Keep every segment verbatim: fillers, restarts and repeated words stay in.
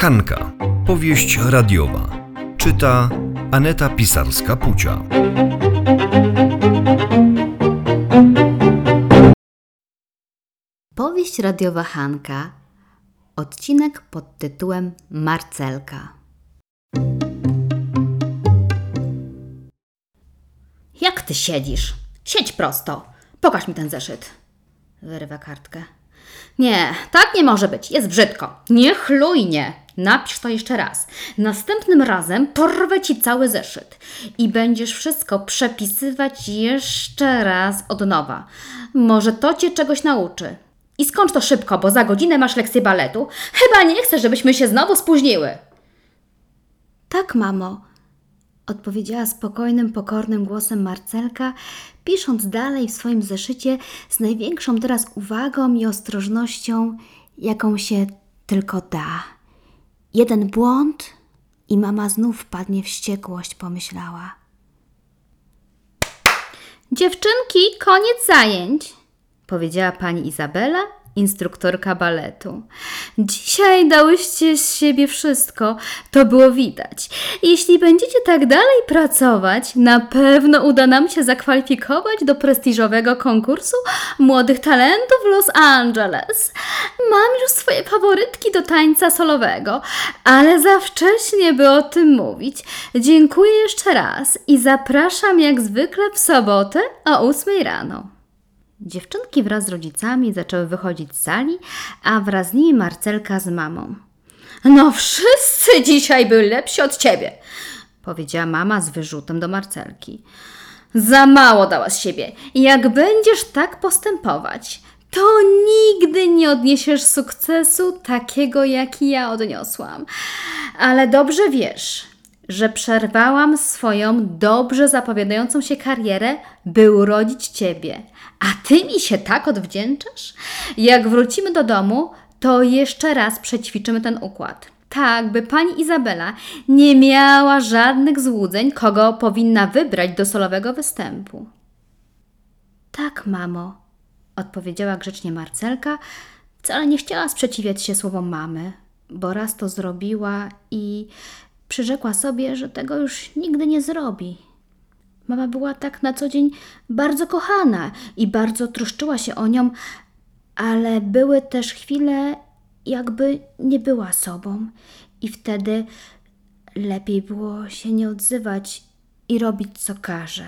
Hanka. Powieść radiowa. Czyta Aneta Pisarska-Pucia. Powieść radiowa Hanka. Odcinek pod tytułem Marcelka. Jak ty siedzisz? Siedź prosto. Pokaż mi ten zeszyt. Wyrywa kartkę. Nie, tak nie może być. Jest brzydko. Niechlujnie. Napisz to jeszcze raz. Następnym razem porwę ci cały zeszyt i będziesz wszystko przepisywać jeszcze raz od nowa. Może to cię czegoś nauczy. I skończ to szybko, bo za godzinę masz lekcję baletu. Chyba nie chcę, żebyśmy się znowu spóźniły. Tak, mamo, odpowiedziała spokojnym, pokornym głosem Marcelka, pisząc dalej w swoim zeszycie z największą teraz uwagą i ostrożnością, jaką się tylko da. Jeden błąd i mama znów wpadnie w wściekłość, pomyślała. Dziewczynki, koniec zajęć, powiedziała pani Izabela, instruktorka baletu. Dzisiaj dałyście z siebie wszystko, to było widać. Jeśli będziecie tak dalej pracować, na pewno uda nam się zakwalifikować do prestiżowego konkursu młodych talentów w Los Angeles. Mam już swoje faworytki do tańca solowego, ale za wcześnie, by o tym mówić. Dziękuję jeszcze raz i zapraszam jak zwykle w sobotę o ósmej rano. Dziewczynki wraz z rodzicami zaczęły wychodzić z sali, a wraz z nimi Marcelka z mamą. No wszyscy dzisiaj byli lepsi od ciebie, powiedziała mama z wyrzutem do Marcelki. Za mało dała z siebie. Jak będziesz tak postępować, to nigdy nie odniesiesz sukcesu takiego, jaki ja odniosłam. Ale dobrze wiesz, że przerwałam swoją dobrze zapowiadającą się karierę, by urodzić ciebie. A ty mi się tak odwdzięczasz? Jak wrócimy do domu, to jeszcze raz przećwiczymy ten układ. Tak, by pani Izabela nie miała żadnych złudzeń, kogo powinna wybrać do solowego występu. Tak, mamo, odpowiedziała grzecznie Marcelka. Wcale nie chciała sprzeciwiać się słowom mamy, bo raz to zrobiła i przyrzekła sobie, że tego już nigdy nie zrobi. Mama była tak na co dzień bardzo kochana i bardzo troszczyła się o nią, ale były też chwile, jakby nie była sobą i wtedy lepiej było się nie odzywać i robić co każe.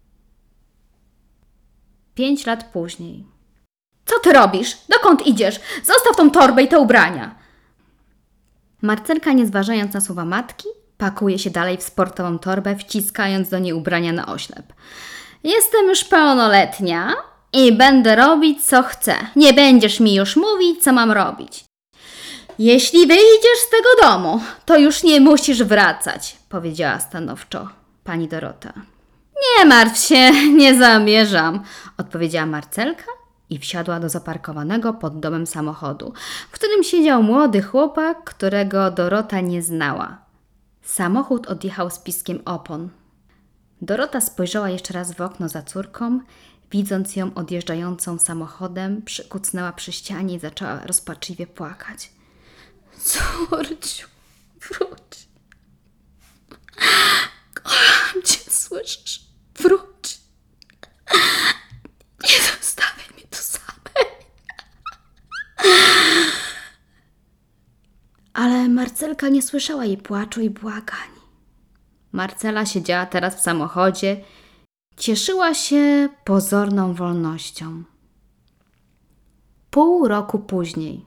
Pięć lat później. Co ty robisz? Dokąd idziesz? Zostaw tą torbę i te ubrania. Marcelka, nie zważając na słowa matki, pakuje się dalej w sportową torbę, wciskając do niej ubrania na oślep. Jestem już pełnoletnia i będę robić, co chcę. Nie będziesz mi już mówić, co mam robić. Jeśli wyjdziesz z tego domu, to już nie musisz wracać, powiedziała stanowczo pani Dorota. Nie martw się, nie zamierzam, odpowiedziała Marcelka i wsiadła do zaparkowanego pod domem samochodu, w którym siedział młody chłopak, którego Dorota nie znała. Samochód odjechał z piskiem opon. Dorota spojrzała jeszcze raz w okno za córką, widząc ją odjeżdżającą samochodem, przykucnęła przy ścianie i zaczęła rozpaczliwie płakać. Córciu, wróć. Kocham cię, słyszysz? Wróć. Nie zostawiaj mnie tu samej. Ale Marcelka nie słyszała jej płaczu i błagań. Marcela siedziała teraz w samochodzie, cieszyła się pozorną wolnością. Pół roku później.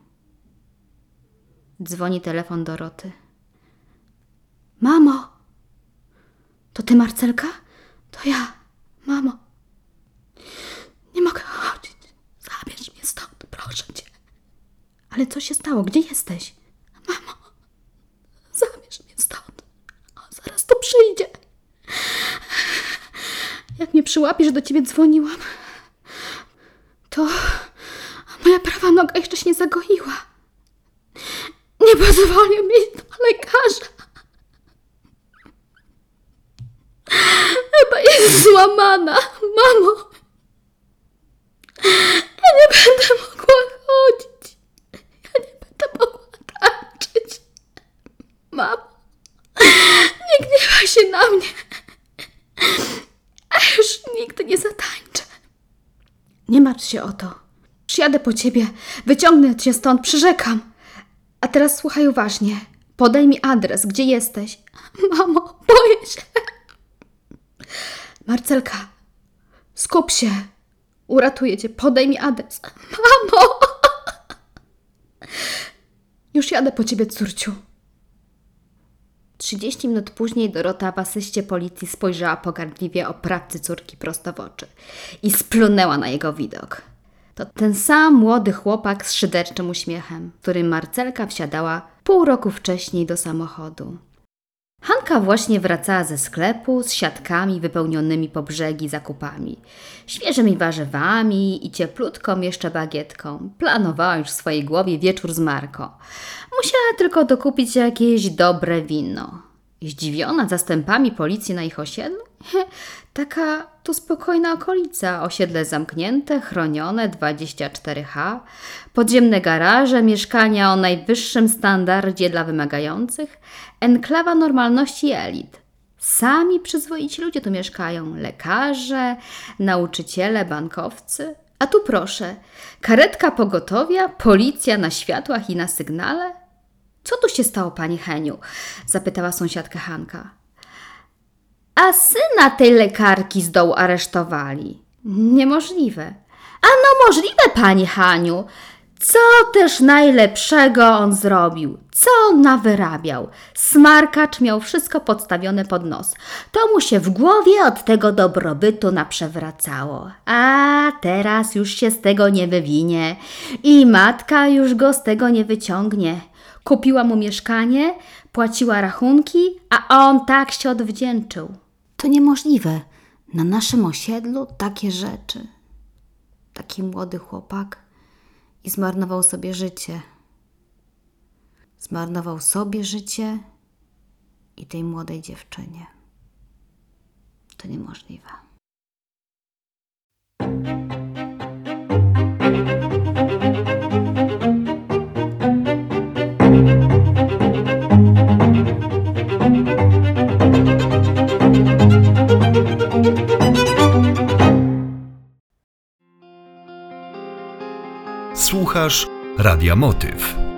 Dzwoni telefon Doroty. Mamo! To ty, Marcelka? To ja, mamo. Nie mogę chodzić. Zabierz mnie stąd, proszę cię. Ale co się stało? Gdzie jesteś? Mamo, zabierz mnie stąd. O, zaraz to przyjdzie. Jak mnie przyłapiesz, do ciebie dzwoniłam, to moja prawa noga jeszcze się nie zagoiła. Nie pozwolił mi do lekarza. Chyba jest złamana, mamo. Ja nie będę mogła chodzić. Ja nie będę mogła tańczyć. dla mnie. A już nigdy nie zatańczę. Nie martw się o to. Przyjadę po ciebie, wyciągnę cię stąd, przyrzekam. A teraz słuchaj uważnie. Podaj mi adres, gdzie jesteś. Mamo, boję się. Marcelka, skup się. Uratuję cię, podaj mi adres. Mamo! Już jadę po ciebie, córciu. Trzydzieści minut później Dorota w asyście policji spojrzała pogardliwie oprawcy córki prosto w oczy i splunęła na jego widok. To ten sam młody chłopak z szyderczym uśmiechem, w którym Marcelka wsiadała pół roku wcześniej do samochodu. Hanka właśnie wracała ze sklepu z siatkami wypełnionymi po brzegi zakupami, świeżymi warzywami i cieplutką jeszcze bagietką. Planowała już w swojej głowie wieczór z Marko. Musiała tylko dokupić jakieś dobre wino. Zdziwiona zastępami policji na ich osiedlu? Taka tu spokojna okolica, osiedle zamknięte, chronione, dwadzieścia cztery H, podziemne garaże, mieszkania o najwyższym standardzie dla wymagających, enklawa normalności i elit. Sami przyzwoici ludzie tu mieszkają, lekarze, nauczyciele, bankowcy. A tu proszę, karetka pogotowia, policja na światłach i na sygnale? Co tu się stało, pani Heniu? Zapytała sąsiadka Hanka. A syna tej lekarki z dołu aresztowali. Niemożliwe. A no możliwe, pani Haniu. Co też najlepszego on zrobił? Co on nawyrabiał? Smarkacz miał wszystko podstawione pod nos. To mu się w głowie od tego dobrobytu naprzewracało. A teraz już się z tego nie wywinie. I matka już go z tego nie wyciągnie. Kupiła mu mieszkanie, płaciła rachunki, a on tak się odwdzięczył. To niemożliwe. Na naszym osiedlu takie rzeczy. Taki młody chłopak i zmarnował sobie życie. Zmarnował sobie życie i tej młodej dziewczynie. To niemożliwe. Słuchasz Radia Motyw.